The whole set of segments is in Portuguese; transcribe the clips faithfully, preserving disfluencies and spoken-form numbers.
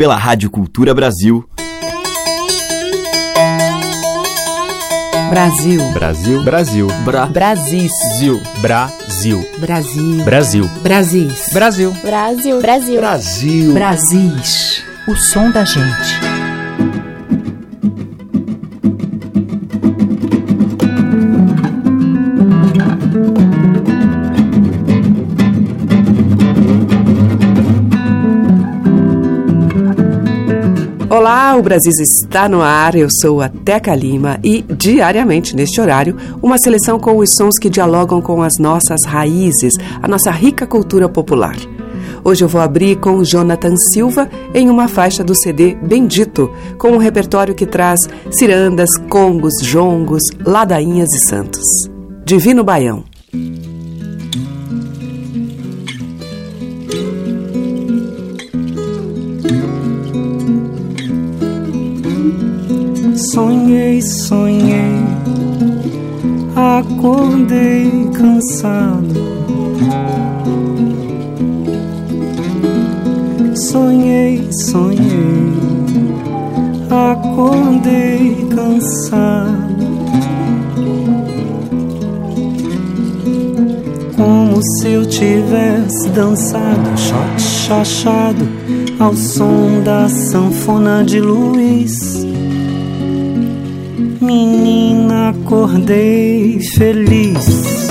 pela Rádio Cultura Brasil. Brasil. Brasil. Brasil. Bra. Brasis. Zil. Brasil. Brasil. Brasil. Brasis. Brasil. Brasil. Brasil. Brasil. Brasis. O som da gente. Olá, o Brasil está no ar, eu sou a Teca Lima e, diariamente, neste horário, uma seleção com os sons que dialogam com as nossas raízes, a nossa rica cultura popular. Hoje eu vou abrir com Jonathan Silva em uma faixa do C D Bendito, com um repertório que traz cirandas, congos, jongos, ladainhas e santos. Divino Baião. Sonhei, sonhei, acordei cansado. Sonhei, sonhei, acordei cansado. Como se eu tivesse dançado, shot, chachado, ao som da sanfona de Luiz. Menina, acordei feliz.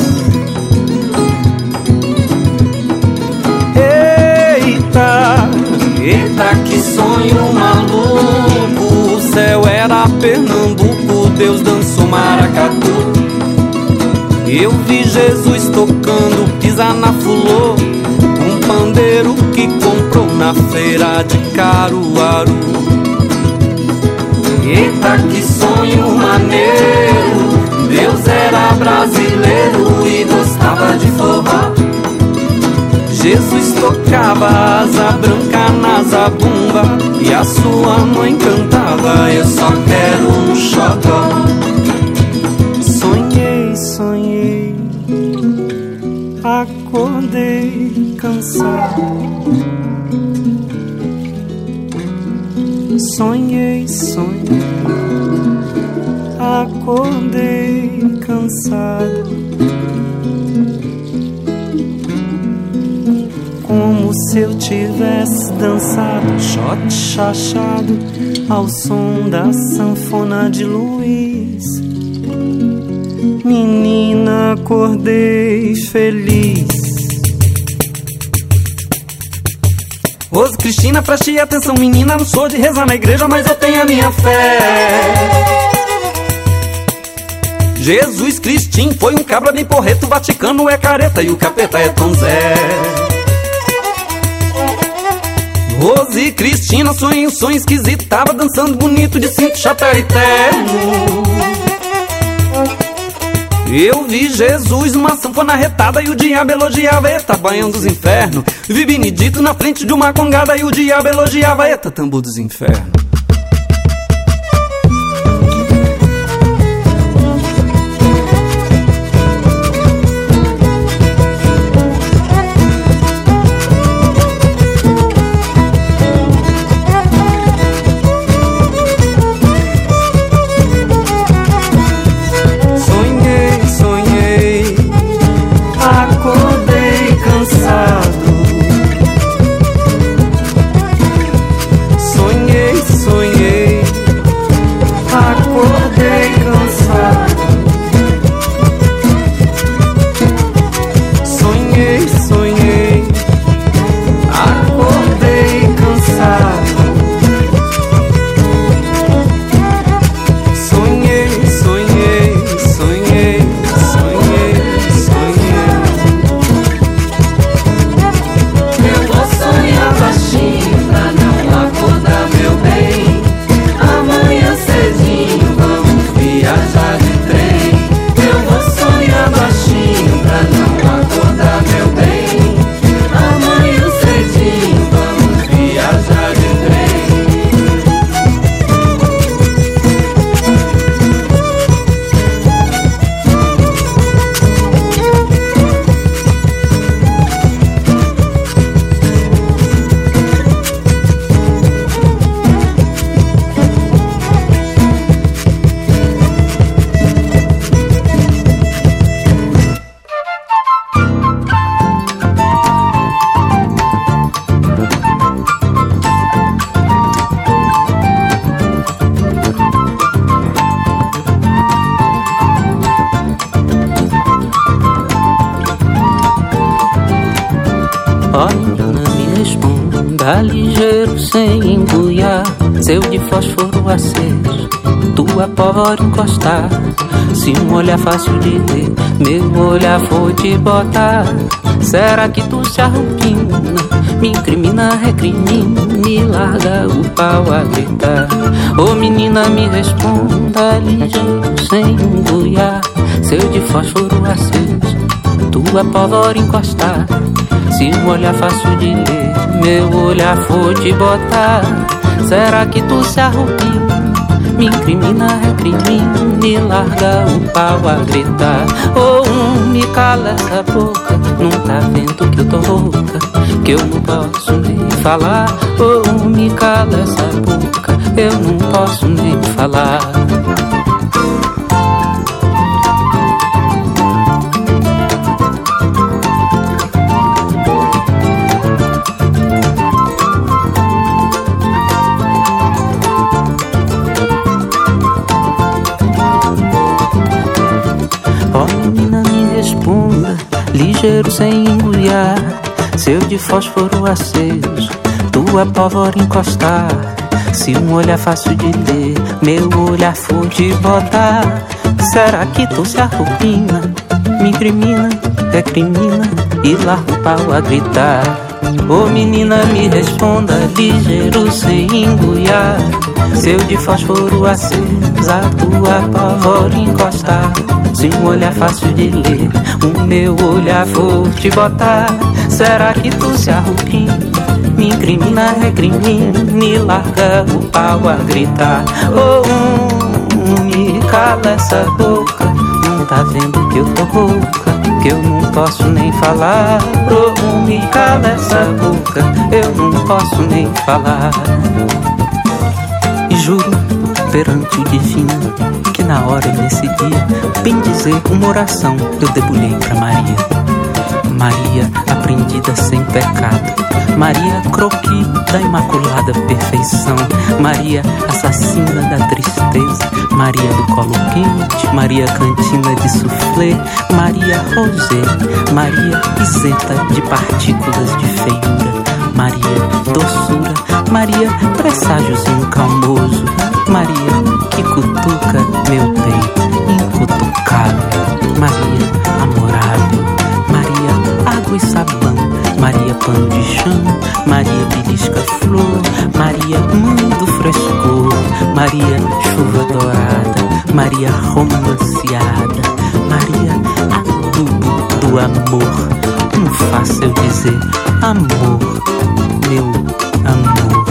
Eita, eita, que sonho maluco. O céu era Pernambuco, Deus dançou maracatu. Eu vi Jesus tocando, pisar na fulô, um pandeiro que comprou na feira de Caruaru. Eita, que sonho maneiro, Deus era brasileiro e gostava de forró. Jesus tocava asa branca na zabumba e a sua mãe cantava, eu só quero um xodó. Sonhei, sonhei, acordei cansado. Sonhei, sonhei, acordei cansado. Como se eu tivesse dançado, shot, chachado, ao som da sanfona de Luiz. Menina, acordei feliz. Rose Cristina, preste atenção, menina, não sou de rezar na igreja, mas eu tenho a minha fé. Jesus Cristim foi um cabra bem porreto, o Vaticano é careta e o capeta é Tom Zé. Rose Cristina, sonho, sonho esquisito, tava dançando bonito de cinto, chapéu e terno. Eu vi Jesus numa sanfona retada e o diabo elogiava, eita, baião dos infernos. Vi Benedito na frente de uma congada e o diabo elogiava, eita, tambor dos infernos. Sonhei, Anda ligeiro sem embuiar, seu de fósforo aceso, tua pólvora encostar. Se um olhar fácil de ler, meu olhar for te botar. Será que tu se arrupina, me incrimina, recrimina, me larga o pau a gritar? Ô menina, me responda ligeiro sem embuiar, seu de fósforo aceso, tua pólvora encostar. Se um olhar fácil de ler, meu olhar for te botar. Será que tu se arrupina, me incrimina, recrimina, me larga o pau a gritar? Ou oh, me cala essa boca, não tá vendo que eu tô rouca, que eu não posso nem falar? Ou oh, me cala essa boca, eu não posso nem falar. Ligeiro sem embuiar, seu de fósforo aceso, tua pólvora encostar. Se um olhar fácil de ler, meu olhar for te botar. Será que tu se arrupina, me incrimina, recrimina e larga o pau a gritar? Ô menina, me responda ligeiro sem embuiar, seu de fósforo acesa, tua pólvora encostar. Se um olhar fácil de ler, o meu olhar for te botar. Será que tu se arrupina, me incrimina, recrimina, me larga o pau a gritar? Oh, um, me cala essa boca, não tá vendo que eu tô rouca, que eu não posso nem falar? Oh, me cala essa boca, eu não posso nem falar. E juro perante o divino que na hora e nesse dia, bem dizer uma oração eu debulhei pra Maria. Maria aprendida sem pecado, Maria croqui da imaculada perfeição, Maria assassina da tristeza, Maria do colo quente, Maria cantina de soufflé, Maria rosé, Maria isenta de partículas de feiura, Maria doçura, Maria presságiozinho calmoso, Maria que cutuca meu bem incutucável, Maria amorável, Maria água e sabão, Maria pano de chão, Maria belisca flor, Maria mãe do frescor, Maria chuva dourada, Maria romanceada, Maria adubo do amor. Não faça eu dizer amor, meu amor.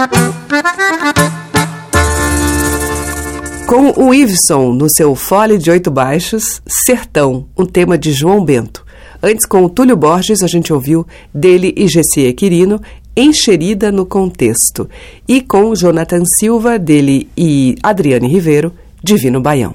Com o Iveson no seu fole de oito baixos, Sertão, um tema de João Bento. Antes, com o Túlio Borges, a gente ouviu dele e Gessie Quirino, Encherida no Contexto. E com Jonathan Silva, dele e Adriane Ribeiro, Divino Baião.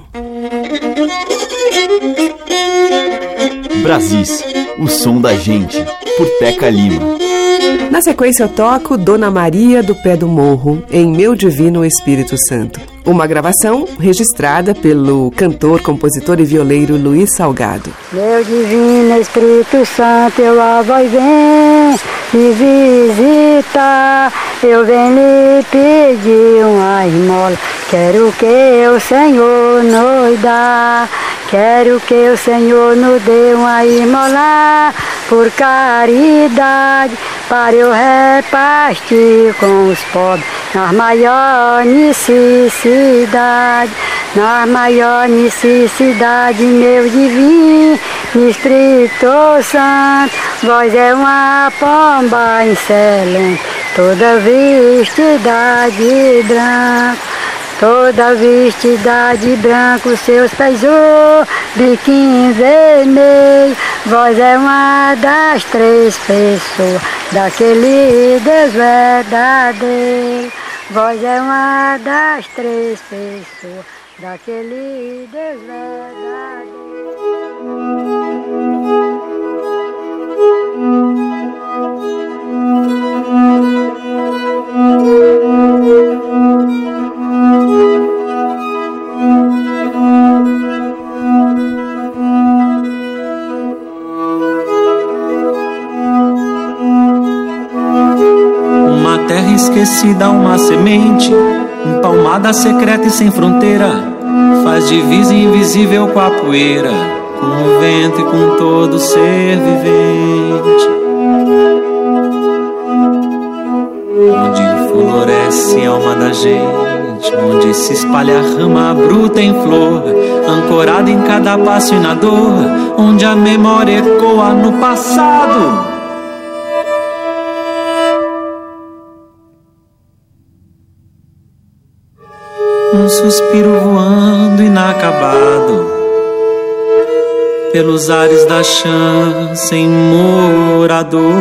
Brasis, o som da gente, por Teca Lima. Na sequência eu toco Dona Maria do Pé do Morro, em Meu Divino Espírito Santo. Uma gravação registrada pelo cantor, compositor e violeiro Luiz Salgado. Meu Divino Espírito Santo, eu a vós vem me visitar. Eu venho lhe pedir uma esmola, quero que o Senhor nos dá. Quero que o Senhor nos dê uma esmola por caridade, para eu repartir com os pobres nas maiores necessidades. Na maior necessidade, meu divino Espírito Santo, vós é uma pomba excelente, toda vestida de branco. Toda vestida de branco, seus pés o biquinho vermelho. Vós é uma das três pessoas daquele Deus verdadeiro. Vós é uma das três pessoas daquele Deus verdadeiro. Uma terra esquecida, uma semente, empalmada, secreta e sem fronteira, faz divisa invisível com a poeira, com o vento e com todo ser vivente. Onde floresce a alma da gente, onde se espalha a rama bruta em flor, ancorada em cada passo e na dor, onde a memória ecoa no passado. Um suspiro voando inacabado pelos ares da chã sem morador.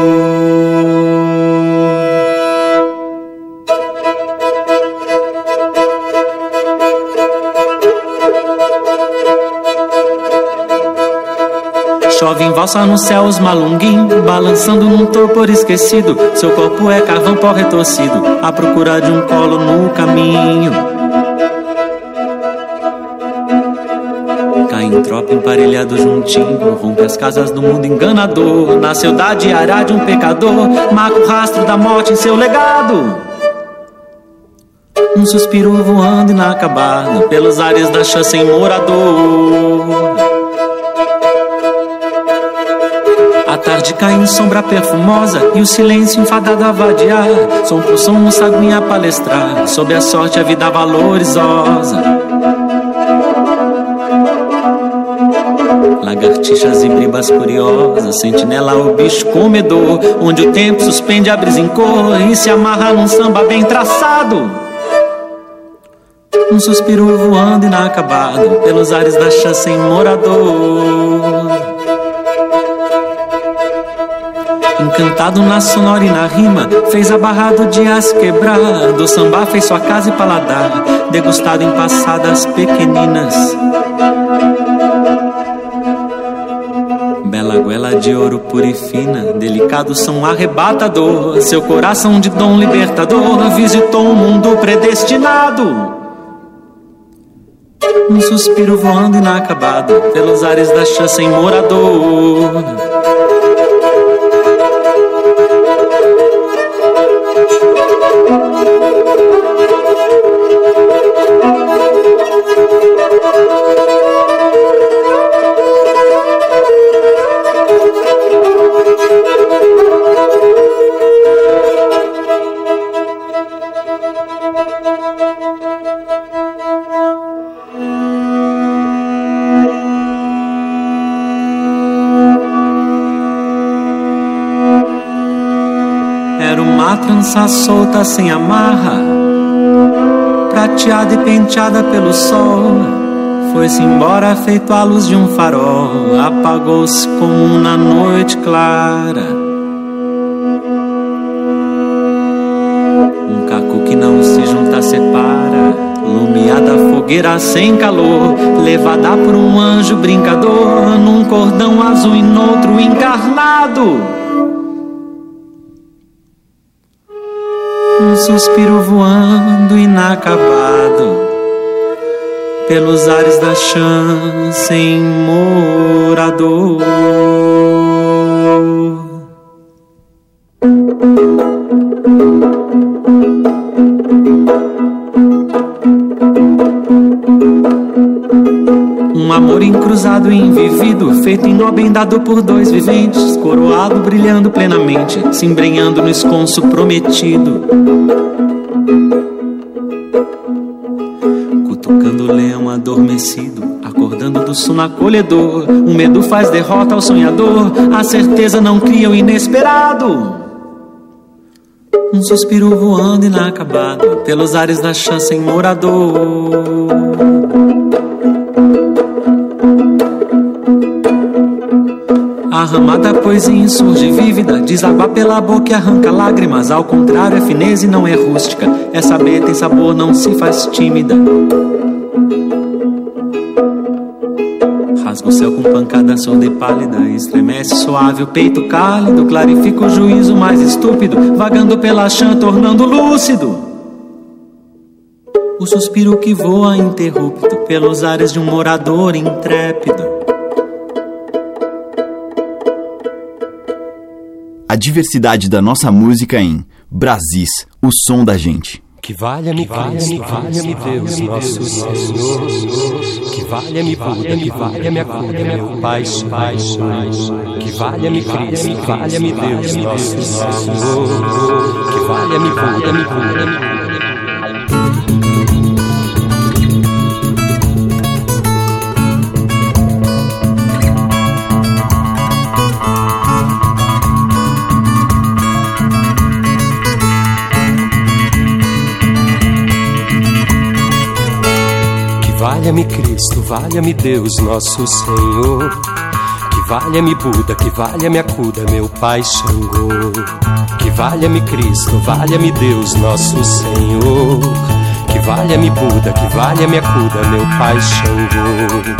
Chove em valsa no céu os malunguim, balançando num torpor esquecido. Seu corpo é carvão pó retorcido, à procura de um colo no caminho. Cai em tropa emparelhado juntinho, rompe as casas do mundo enganador. Nasceu da diária de um pecador, marca o rastro da morte em seu legado. Um suspiro voando inacabado pelos ares da chã sem morador. A tarde cai em sombra perfumosa e o silêncio enfadado a vadiar. Som por som um saguinha a palestrar sobre a sorte a vida valorizosa. Lagartixas e bribas curiosas, sentinela o bicho comedor, onde o tempo suspende a brisa em cor e se amarra num samba bem traçado. Um suspiro voando inacabado pelos ares da chã sem morador. Encantado na sonora e na rima, fez a barra do dia se quebrar. Do samba fez sua casa e paladar, degustado em passadas pequeninas. Bela goela de ouro pura e fina, delicado som arrebatador. Seu coração de dom libertador visitou um mundo predestinado. Um suspiro voando inacabado pelos ares da chã sem morador. A trança solta sem amarra, prateada e penteada pelo sol, foi-se embora feito a luz de um farol, apagou-se como na noite clara. Um caco que não se junta separa, lumiada fogueira sem calor, levada por um anjo brincador, num cordão azul e noutro encarnado. Um suspiro voando inacabado pelos ares da chã sem morador. Um amor encruzado e invivido, feito em nó bendado por dois viventes, coroado brilhando plenamente, se embrenhando no esconso prometido. Cutucando o leão adormecido, acordando do sono acolhedor. Um medo faz derrota ao sonhador, a certeza não cria o inesperado. Um suspiro voando inacabado pelos ares da chã sem morador. A ramada poesia insurge vívida, desaba pela boca e arranca lágrimas. Ao contrário, é fineza e não é rústica, é saber, tem sabor, não se faz tímida. Rasga o céu com pancada surda e pálida, estremece suave o peito cálido, clarifica o juízo mais estúpido, vagando pela chã, tornando lúcido o suspiro que voa interrupto pelos ares de um morador intrépido. A diversidade da nossa música em Brasis, o som da gente. Que valha-me Cristo, valha-me Deus, nosso Senhor. Que valha-me Buda, que valha-me a cura, meu Pai, Pai, que valha-me Cristo, valha-me Deus, nosso Senhor. Que valha-me Buda, me cura, me cura. Valha-me Cristo, valha-me Deus, nosso Senhor. Que valha-me Buda, que valha-me Acuda, meu Pai Xangô. Que valha-me Cristo, valha-me Deus, nosso Senhor. Que valha-me Buda, que valha-me Acuda, meu Pai Xangô.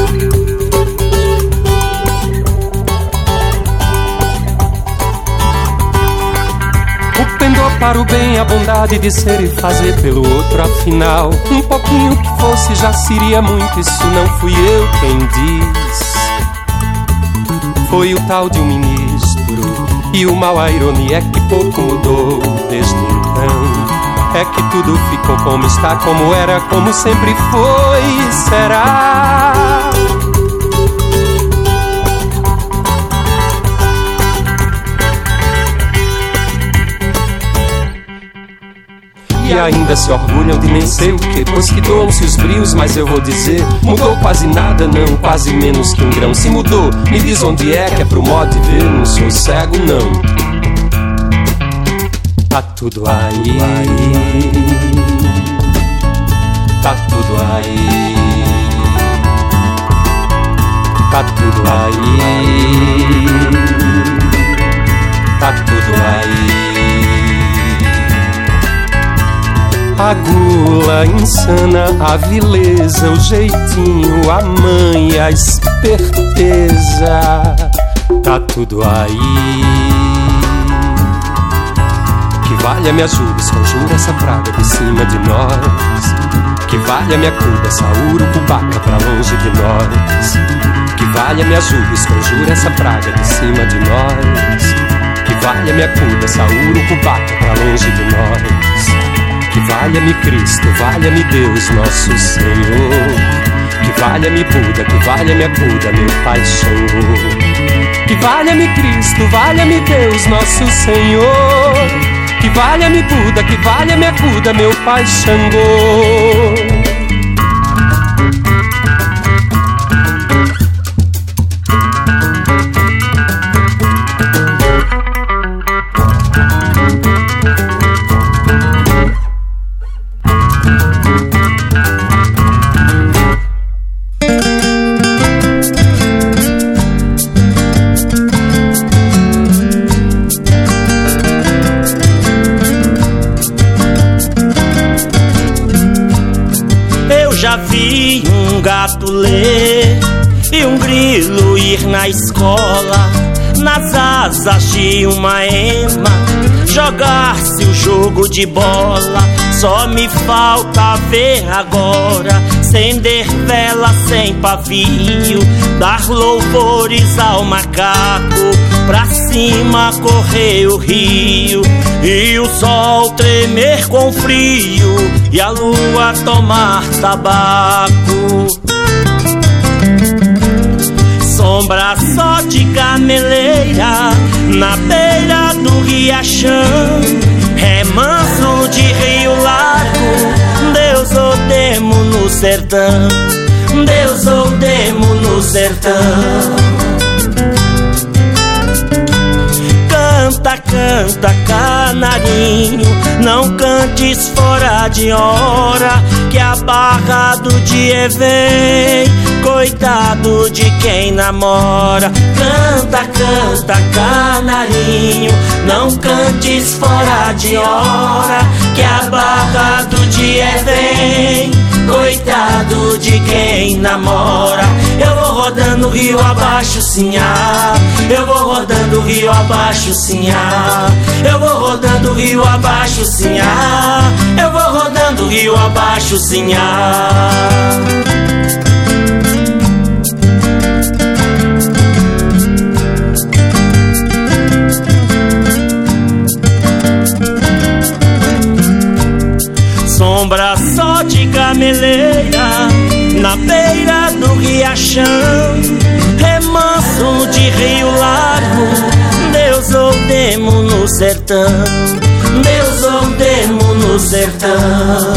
Pendor para o bem, a bondade de ser e fazer pelo outro, afinal. Um pouquinho que fosse já seria muito, isso não fui eu quem diz. Foi o tal de um ministro, e o mal, a ironia é que pouco mudou desde então. É que tudo ficou como está, como era, como sempre foi, será? E ainda se orgulham de nem sei o que, pois que doam-se os brios, mas eu vou dizer, mudou quase nada, não, quase menos que um grão. Se mudou, me diz onde é, que é pro modo de ver, não sou cego, não. Tá tudo aí, tá tudo aí, tá tudo aí, tá tudo aí. A gula insana, a vileza, o jeitinho, a manha, a esperteza, tá tudo aí. Que valha me ajude, conjura essa praga de cima de nós. Que valha me acuda essa urucubaca pra longe de nós. Que valha me ajude, conjura essa praga de cima de nós. Que valha me acuda essa urucubaca pra longe de nós. Que valha-me Cristo, valha-me Deus, nosso Senhor. Que valha-me Buda, que valha-me Acuda, meu Pai Xangô. Que valha-me Cristo, valha-me Deus, nosso Senhor. Que valha-me Buda, que valha-me Acuda, meu Pai Xangô. já vi um gato ler e um grilo ir na escola, nas asas de uma ema, jogar-se o jogo de bola. Só me falta ver agora acender vela sem pavio, dar louvores ao macaco, pra cima correr o rio, e o sol tremer com frio, e a lua tomar tabaco. Sombra só de gameleira na beira do riachão, remanso de rio largo, Deus ou demo no sertão, Deus ou demo no sertão. Canta, canta, canarinho, não cantes fora de hora, que a barra do dia vem, coitado de quem namora. Canta, canta, canarinho, não cantes fora de hora, que a barra do dia vem, coitado de quem namora. Eu vou rodando o rio abaixo, sinhá, eu vou rodando o rio abaixo, sinhá, eu vou rodando o rio abaixo, sinhá, eu vou rodando o rio abaixo, sinhá. Sombra só de gameleira na beira do riachão, remanso de rio largo, Deus ou demo no sertão, Deus ou demo no sertão.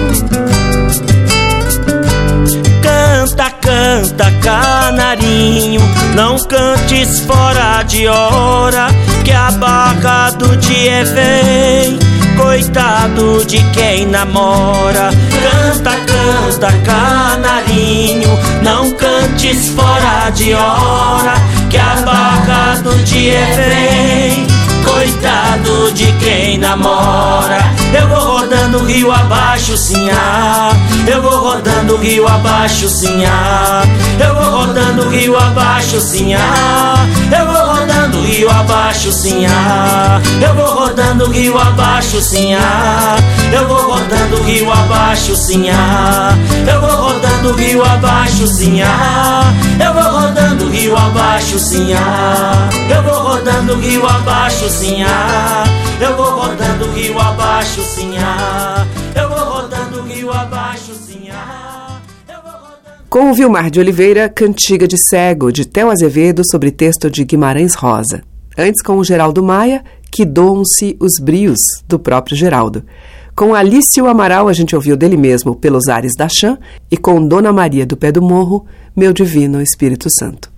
Canta, canta, canarinho, não cantes fora de hora, que a barra do dia vem, coitado de quem namora. Canta, canta, canarinho, não cantes fora de hora, que a barra do dia vem, coitado de quem namora. Eu vou rodando o rio abaixo, sinhá, eu vou rodando o rio abaixo, sinhá, eu vou rodando o rio abaixo, sinhá, eu vou rodando o rio abaixo, sinhá, eu vou rodando o rio abaixo, sinhá, eu vou rodando o rio abaixo, sinhá, eu vou rodando o rio abaixo, sinhá, eu vou rodando o rio abaixo, sinhá, eu vou rodando o rio abaixo, sinhá, eu vou rodando o rio abaixo, sinhá, eu vou rodando o rio abaixo, sinhá. Com o Vilmar de Oliveira, Cantiga de Cego, de Theo Azevedo, sobre texto de Guimarães Rosa. Antes, com o Geraldo Maia, Que Doam-se os Brios, do próprio Geraldo. Com Alício Amaral, a gente ouviu dele mesmo, Pelos Ares da Chã, e com Dona Maria do Pé do Morro, Meu Divino Espírito Santo.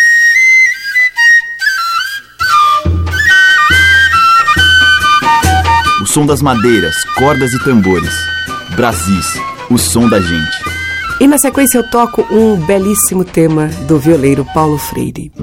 O som das madeiras, cordas e tambores. Brasis, o som da gente. E na sequência eu toco um belíssimo tema do violeiro Paulo Freire.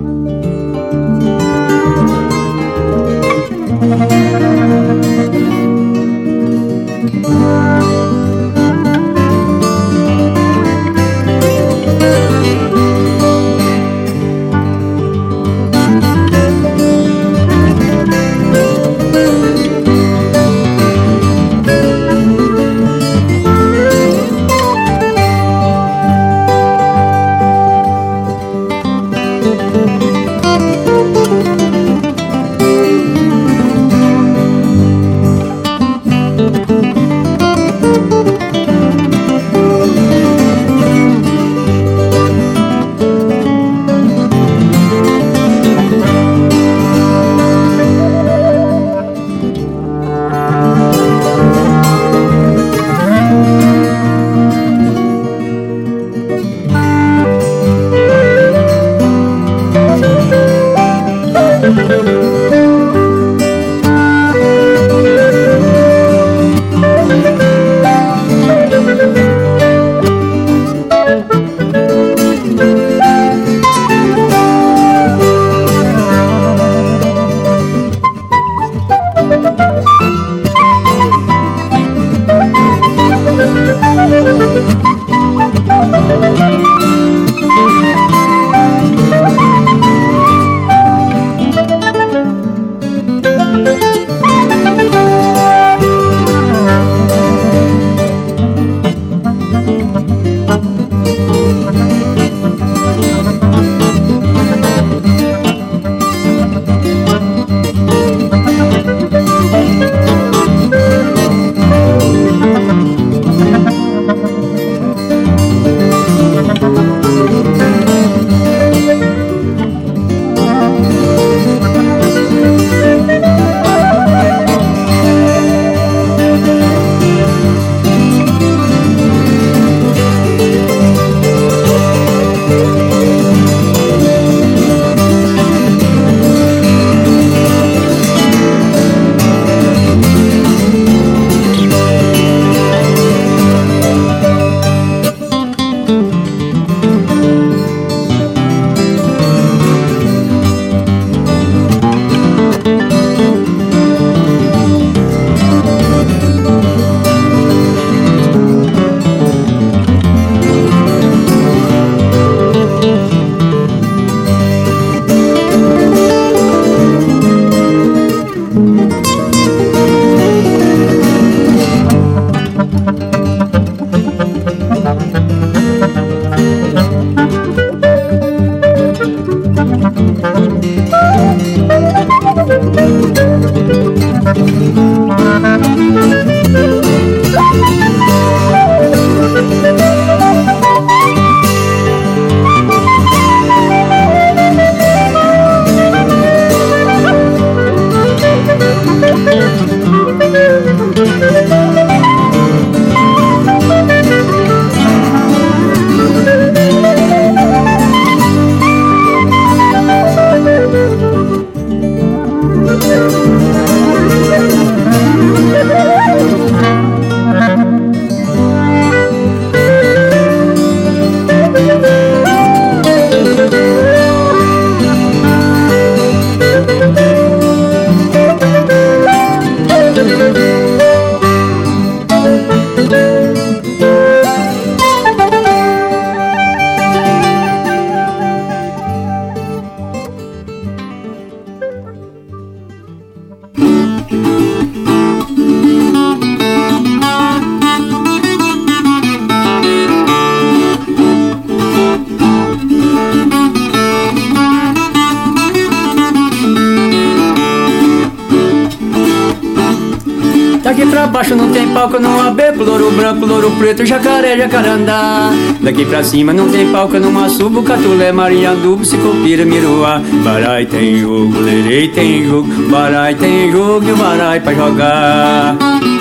palco, não há beco, louro branco, louro preto, jacaré, jacarandá. Daqui pra cima não tem palco, não há subo, catulé, mariandubo, sicopira, miruá. Barai tem jogo, lerei tem jogo, barai tem jogo e o barai pra jogar.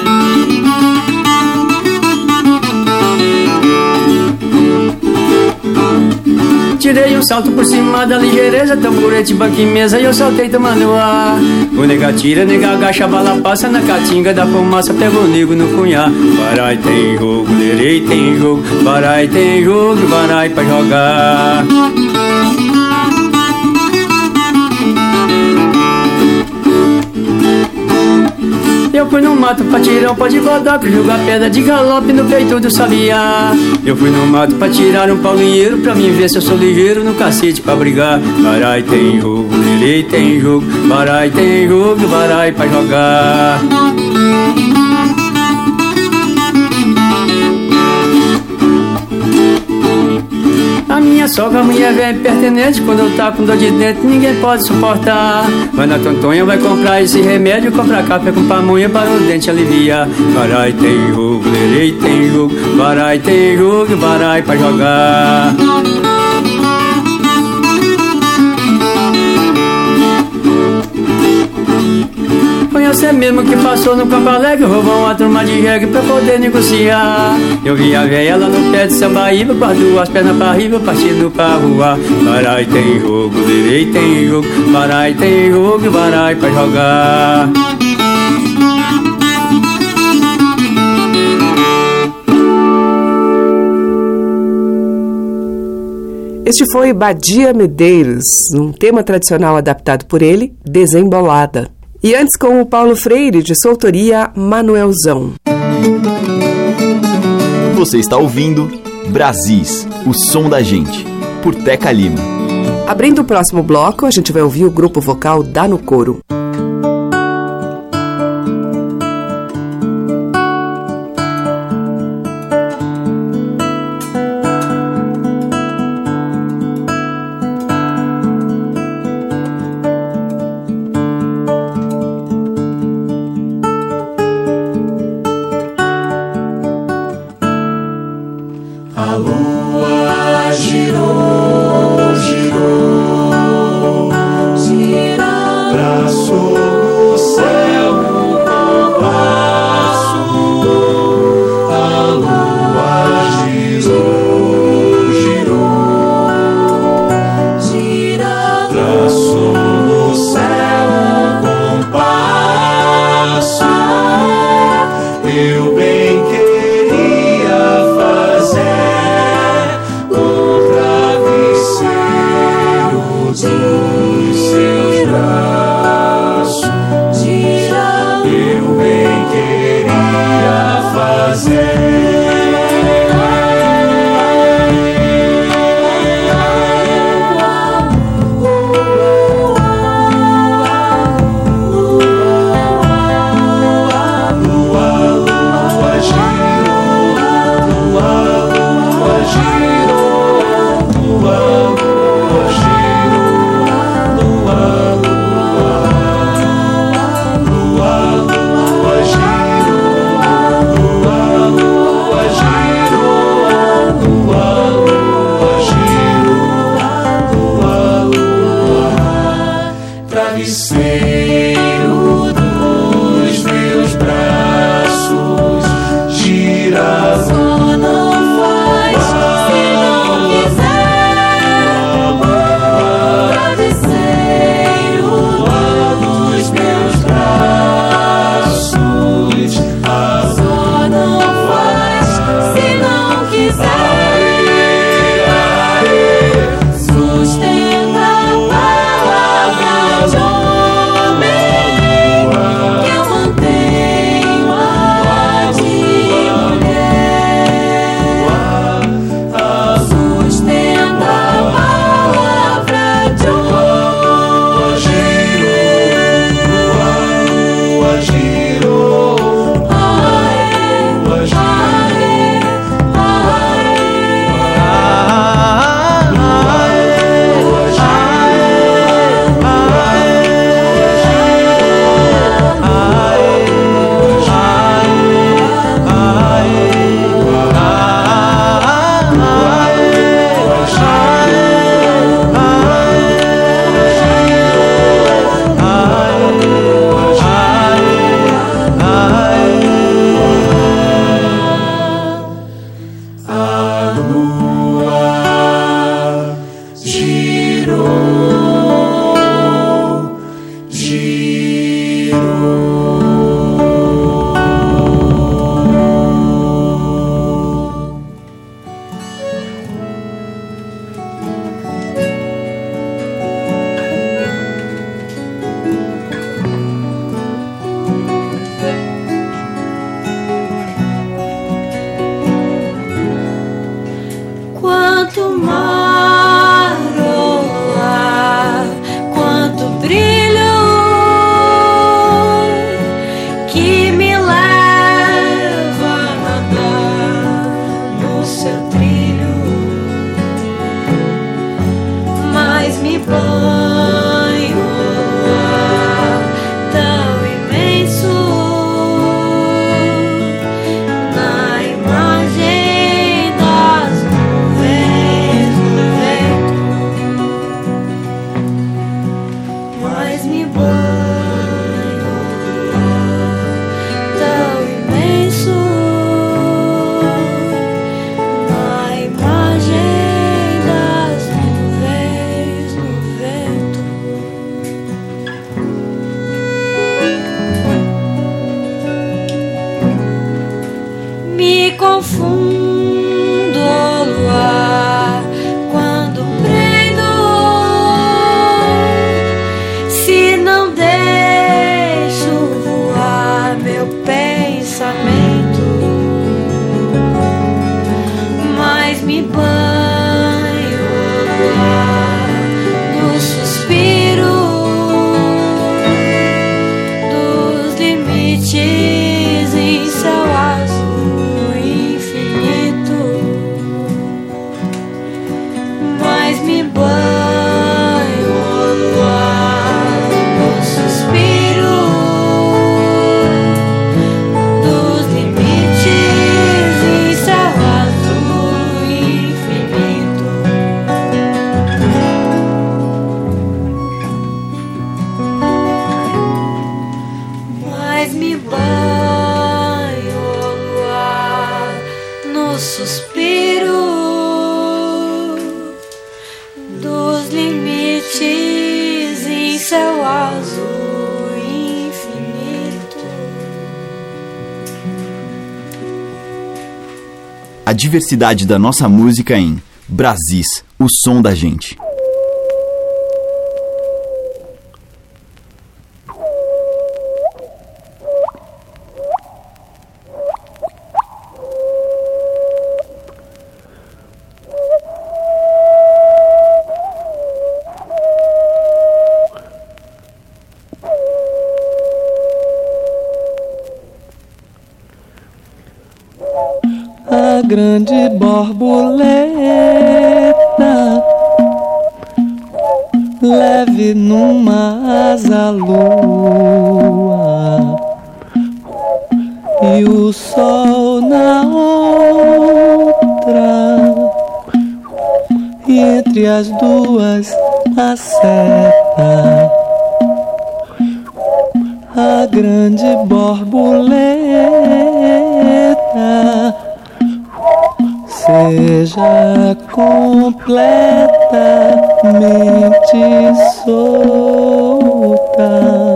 Tirei um salto por cima da ligeireza, tamborete, banco e mesa, e eu saltei tomando ar. O nega tira, nega agacha, a bala passa na caatinga da fumaça, pega o nego no punhar. Barai tem jogo, lerei tem jogo, barai tem jogo, barai pra jogar. Eu fui no mato pra tirar um pau de bodoca, jogar pedra de galope no peito do sabiá. Eu fui no mato pra tirar um paulinheiro, pra mim ver se eu sou ligeiro no cacete pra brigar. Barai tem jogo, lerei tem jogo, barai tem jogo, barai pra jogar. A minha sogra, a mulher velha pertenente, quando eu tá com dor de dente, ninguém pode suportar. Vai na Tontonha, vai comprar esse remédio, comprar café com pamonha para o dente aliviar. Barai tem jogo, lerei tem jogo, barai tem jogo, barai pra jogar. Foi você mesmo que passou no Campo Alegre, roubou uma turma de reggae pra poder negociar. Eu vi a véia lá no pé de Sambaíba, com as duas pernas pra riba, partindo pra rua. Barai tem jogo, lerei tem jogo, barai tem jogo, barai pra jogar. Este foi Badia Medeiros, um tema tradicional adaptado por ele, Desembolada. E antes com o Paulo Freire, de sua autoria Manuelzão. Você está ouvindo Brasis, o som da gente, por Teca Lima. Abrindo o próximo bloco, a gente vai ouvir o grupo vocal Dá no Couro. Lua, confundo o luar quando prendo, se não deixo voar meu pensamento, mas me banho o luar no suspiro dos limites em céu azul infinito, mas me banho o luar no suspiro dos limites em céu azul infinito. Mas me banho o luar no suspiro dos limites em céu azul infinito. A diversidade da nossa música em Brasis, o som da gente. A grande borboleta leve numa asa lua e o sol na outra, e entre as duas a seta. A grande borboleta seja completamente solta.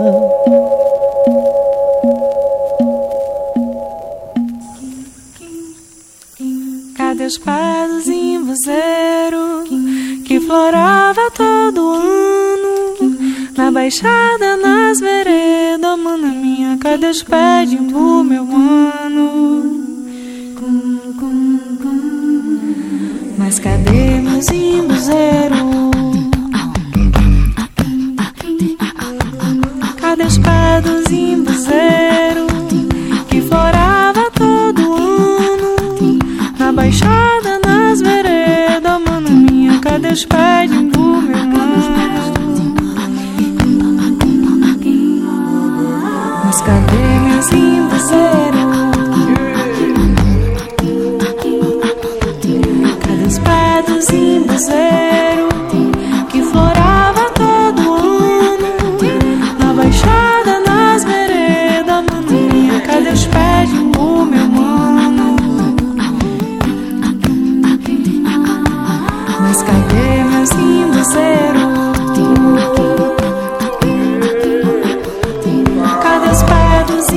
Cadê os pés do zimbuzeiro que florava todo ano na baixada, nas veredas, mana minha? Cadê os pés de imbu, meu mano? Mas cadê meu zimbuzeiro? Cadê os pés do zimbuzeiro que florava todo ano na baixada, nas veredas, mana minha? Cadê os pés de imbu, meu mano? Mas cadê meu zimbuzeiro? Zimbuzeiro que florava todo ano na baixada, nas veredas, maninha? Cadê os pés de imbu, meu mano? Mas cadê meu zimbuzeiro? Cadê os pés do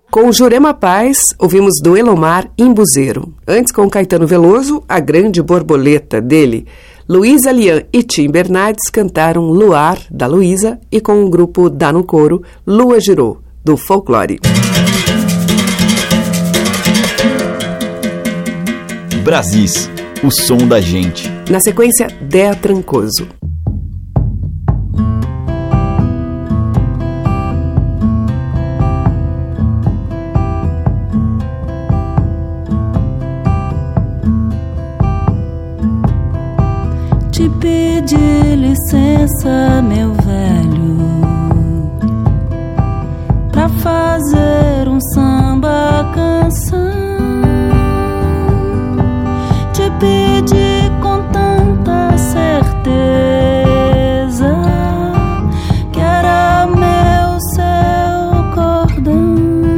Com Jurema Paz, ouvimos do Elomar Imbuzeiro. Antes, com Caetano Veloso, A Grande Borboleta, dele. Luísa Lian e Tim Bernardes cantaram Luar, da Luísa, e com o grupo Dá no Coro, Lua Girou, do Folclore. Brasis, o som da gente. Na sequência, Dea Trancoso. Te pedi licença, meu velho, pra fazer um samba canção. Te pedi com tanta certeza que era meu seu cordão.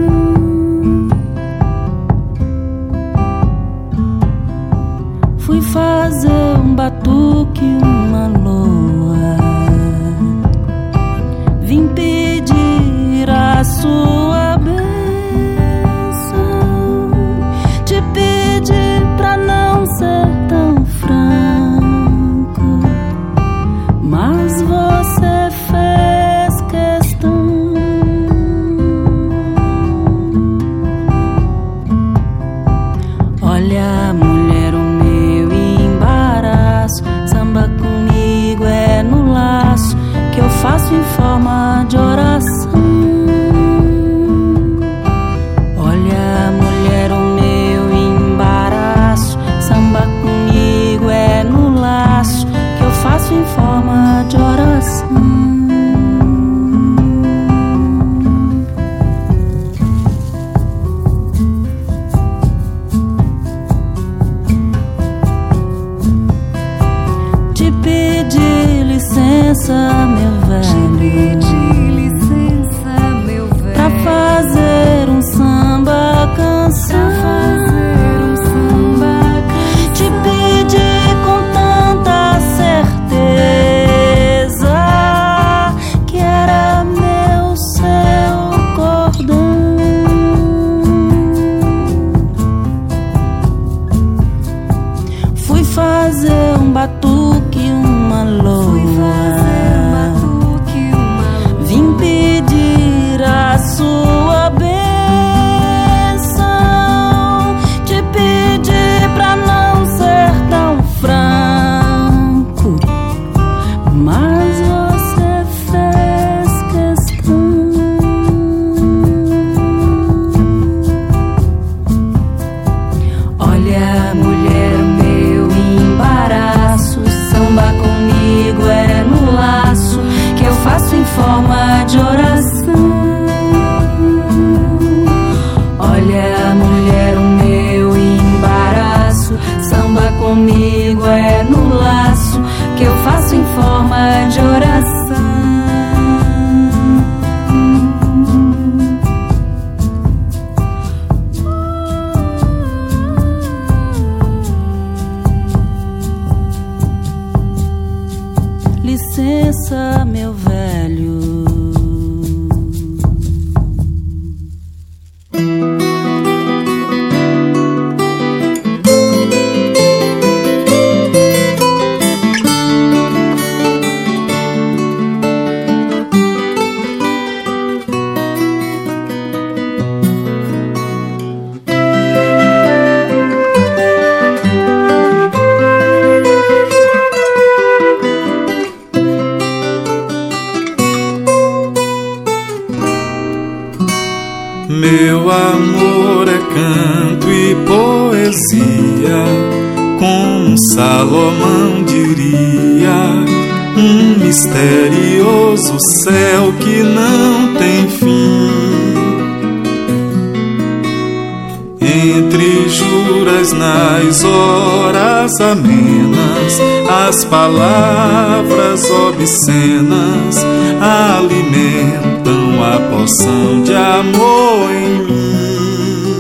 Fui fazer um batuque, uma loa, vim pedir a sua bênção. Te pedi pra não ser tão franco, mas você fez questão. Olha, mulher, o meu embaraço, samba comigo é no laço que eu faço em forma de oração. Olha, mulher, o meu embaraço, samba comigo é no laço que eu faço em forma de oração. Te pedi licença, meu velho, pra fazer um samba canção. Te pedi com tanta certeza que era meu seu cordão. Fui fazer um batuque, uma loa, vim pedir a sua bênção. Te pedi pra não ser tão franco, mas você fez questão. Olha, mulher, meu embaraço, samba comigo é no laço que eu faço em forma de oração. Olha, mulher, o meu embaraço, samba comigo é no laço que eu faço em forma de oração. Licença, meu velho. Meu amor é canto e poesia, como Salomão diria, um misterioso céu que não tem fim. Entre juras nas horas amenas, as palavras obscenas alimentam a poção de amor em mim.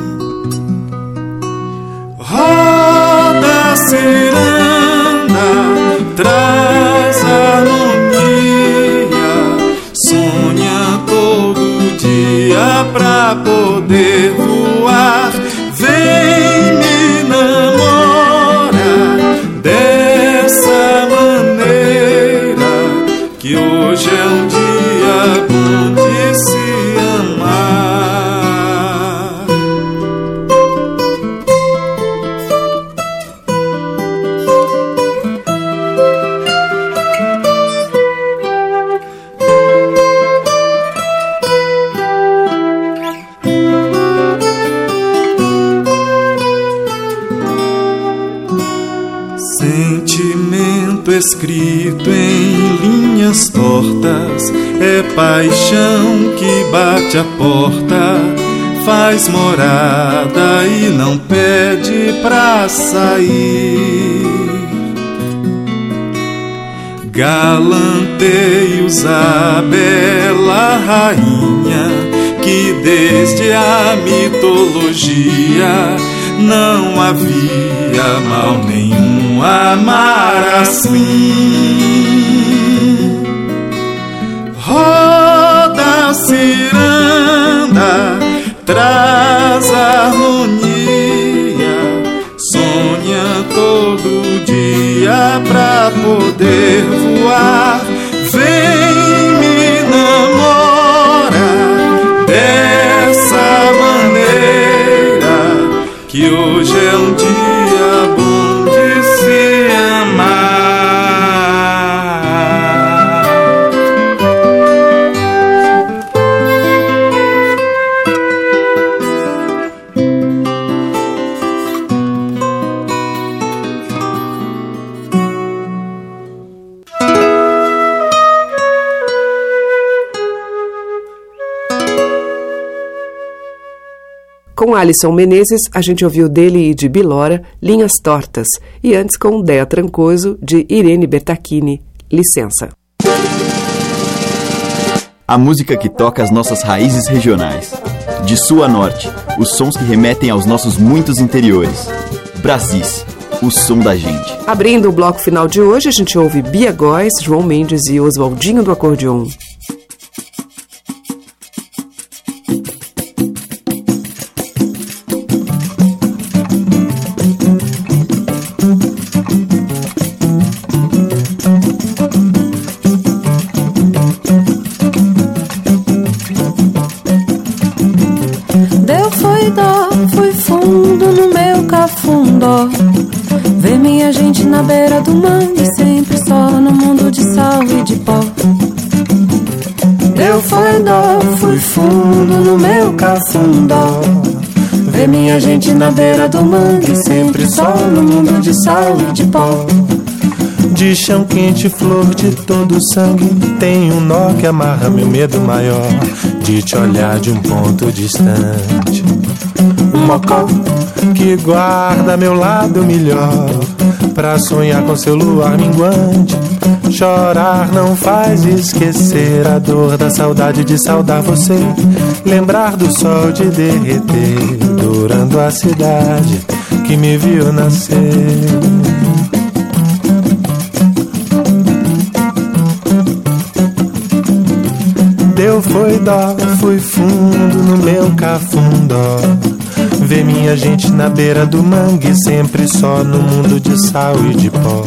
Roda ciranda, traz harmonia, sonha todo dia pra poder Sentimento escrito em linhas tortas, é paixão que bate a porta, faz morada e não pede pra sair. Galanteios a bela rainha, que desde a mitologia não havia mal nenhum amar assim. Roda ciranda, traz harmonia, sonha todo dia pra poder voar. Vem, me namora dessa maneira, que hoje é um dia bom de se amar. Com Alisson Menezes, a gente ouviu dele e de Bilora, Linhas Tortas, e antes com Dea Trancoso, de Irene Bertacchini, Licença. A música que toca as nossas raízes regionais. De sul a norte, os sons que remetem aos nossos muitos interiores. Brasis, o som da gente. Abrindo o bloco final de hoje, a gente ouve Bia Góes, João Mendes e Oswaldinho do Acordeon. Deu foi dó, fui fundo no meu cafundó. Ver minha gente na beira do mangue, sempre só no mundo de sal e de pó. Deu foi dó, fui fundo no meu cafundó. Ver minha gente na beira do mangue, sempre só no mundo de sal e de pó. De chão quente, flor de todo sangue, tem um nó que amarra meu medo maior de te olhar de um ponto distante. Um mocó que guarda meu lado melhor pra sonhar com seu luar minguante. Chorar não faz esquecer a dor da saudade de saudar você. Lembrar do sol de derreter, dourando a cidade que me viu nascer. Deu foi dó, fui fundo no meu cafundó. Ver minha gente na beira do mangue, sempre só no mundo de sal e de pó.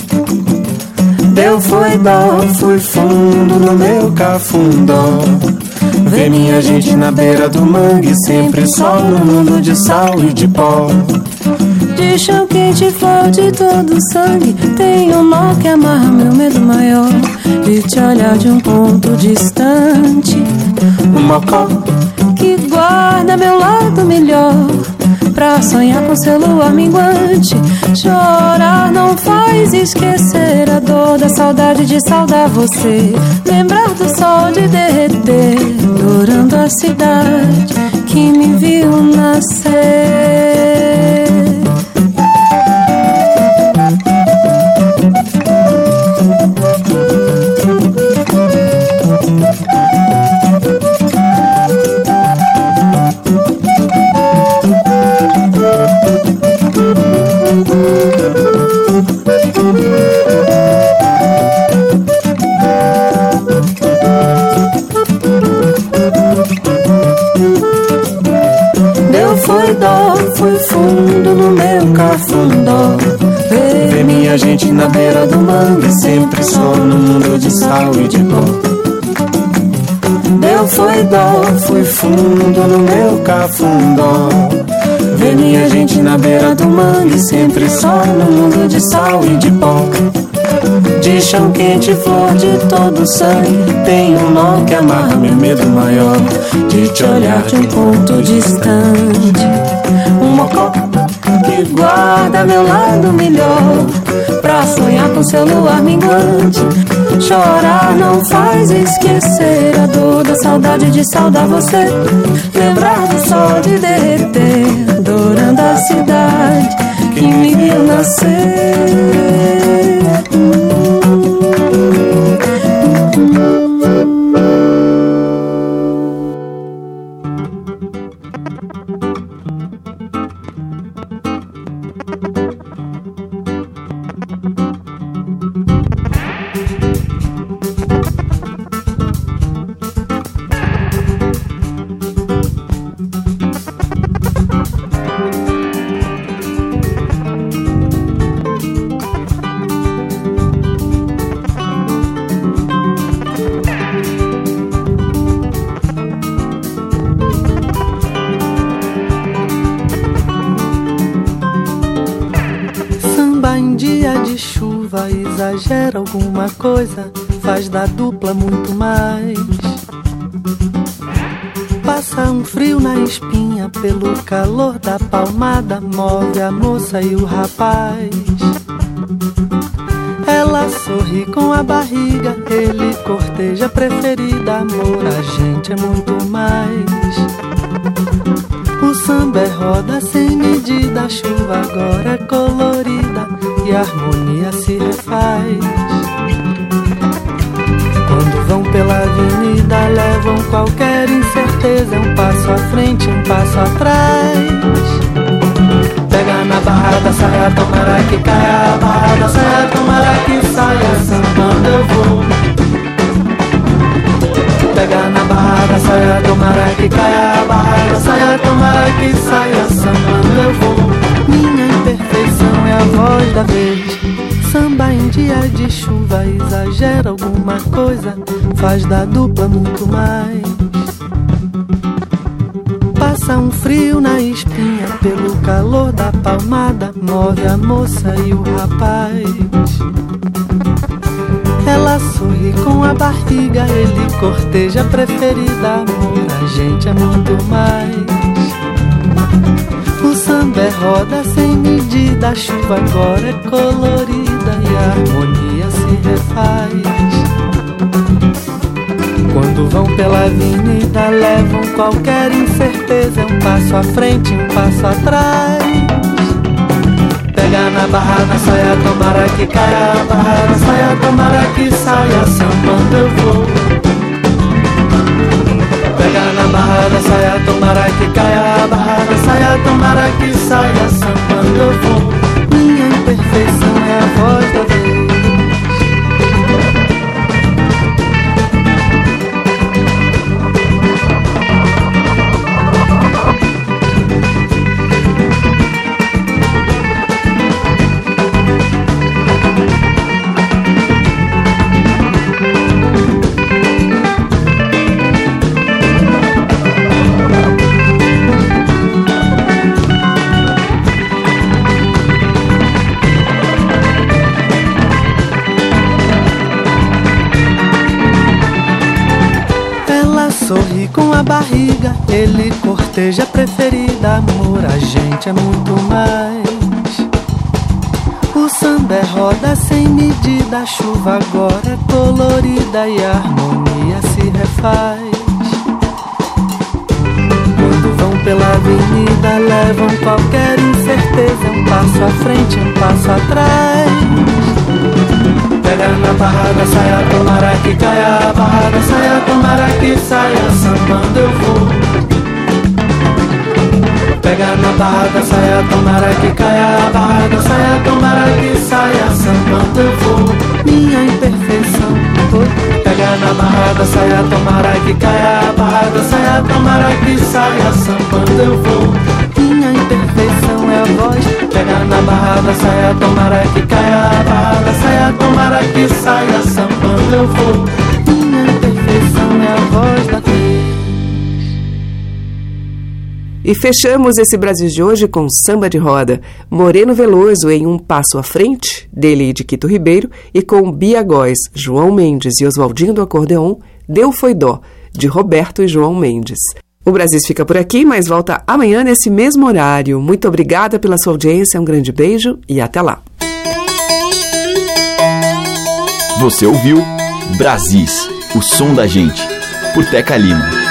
Deu foi dó, fui fundo no meu cafundó. Ver minha gente na beira do mangue, sempre só no mundo de sal e de pó. De chão quente, flor de todo sangue, tem um nó que amarra meu medo maior de te olhar de um ponto distante. Um mocó que guarda meu lado melhor pra sonhar com seu luar minguante. Chorar não faz esquecer a dor da saudade de saudar você. Lembrar do sol de derreter, dourando a cidade que me viu nascer. Deu foi dó, fui fundo no meu cafundó. Ver minha gente na beira do mangue, sempre só no mundo de sal e de pó. Deu foi dó, fui fundo no meu cafundó. Ver minha gente na beira do mangue, sempre só no mundo de sal e de pó. De chão quente, flor de todo sangue, tem um nó que amarra meu medo maior de te olhar de um ponto distante. Um mocó que me guarda meu lado melhor, pra sonhar com seu luar minguante. Chorar não faz esquecer a dor da saudade de saudar você. Lembrar do sol de derreter, dourando a cidade que me viu nascer. Exagera alguma coisa, faz da dupla muito mais. Passa um frio na espinha, pelo calor da palmada, move a moça e o rapaz. Ela sorri com a barriga, ele corteja a preferida. Amor, a gente é muito mais. O samba é roda sem medida, a chuva agora é colorida e a harmonia se refaz. Quando vão pela avenida, levam qualquer incerteza. Um passo à frente, um passo atrás. Pega na barra da saia, tomara que caia a barra da saia, tomara que saia, sambando eu vou. Pega na barra da saia, tomara que caia a barra da saia, tomara que saia, sambando eu vou. Minha imperfeição é a voz da vez. Samba em dia de chuva, exagera alguma coisa, faz da dupla muito mais. Passa um frio na espinha, pelo calor da palmada, move a moça e o rapaz. Ela sorri com a barriga, ele corteja a preferida. Amor, a gente é muito mais. O samba é roda sem medida, a chuva agora é colorida e a harmonia se refaz. Quando vão pela avenida, levam qualquer incerteza. Um passo à frente, um passo atrás. Pega na barra da saia, tomara que caia a barra da saia, tomara que saia, sambando eu vou. Pega na barra da saia, tomara que caia a barra da saia, tomara que saia, sambando eu vou. Minha imperfeição é a voz da vez. Sorri com a barriga, ele corteja a preferida. Amor, a gente é muito mais. O samba é roda sem medida, a chuva agora é colorida e a harmonia se refaz. Quando vão pela avenida, levam qualquer incerteza. Um passo à frente, um passo atrás. Pega na barra da saia, tomara que caia a barra da saia, tomara que saia, sambando eu vou. Pega na barra da saia, tomara que caia a barra da saia, tomara que saia, sambando eu vou. Minha imperfeição, oh. Pega na barra da saia, tomara que caia a barra da saia, tomara que saia, sambando eu vou. Minha imperfeição é a voz. Pega na barra da saia, tomara que caia a barra da saia, tomara que saia, sambando eu vou. Minha imperfeição é a voz da vez. E fechamos esse Brasil de hoje com samba de roda, Moreno Veloso em Um Passo à Frente, dele e de Quito Ribeiro, e com Bia Góes, João Mendes e Oswaldinho do Acordeon, Deu Foi Dó, de Roberto e João Mendes. O Brasil fica por aqui, mas volta amanhã nesse mesmo horário. Muito obrigada pela sua audiência, um grande beijo e até lá. Você ouviu Brasis, o som da gente, por Teca Lima.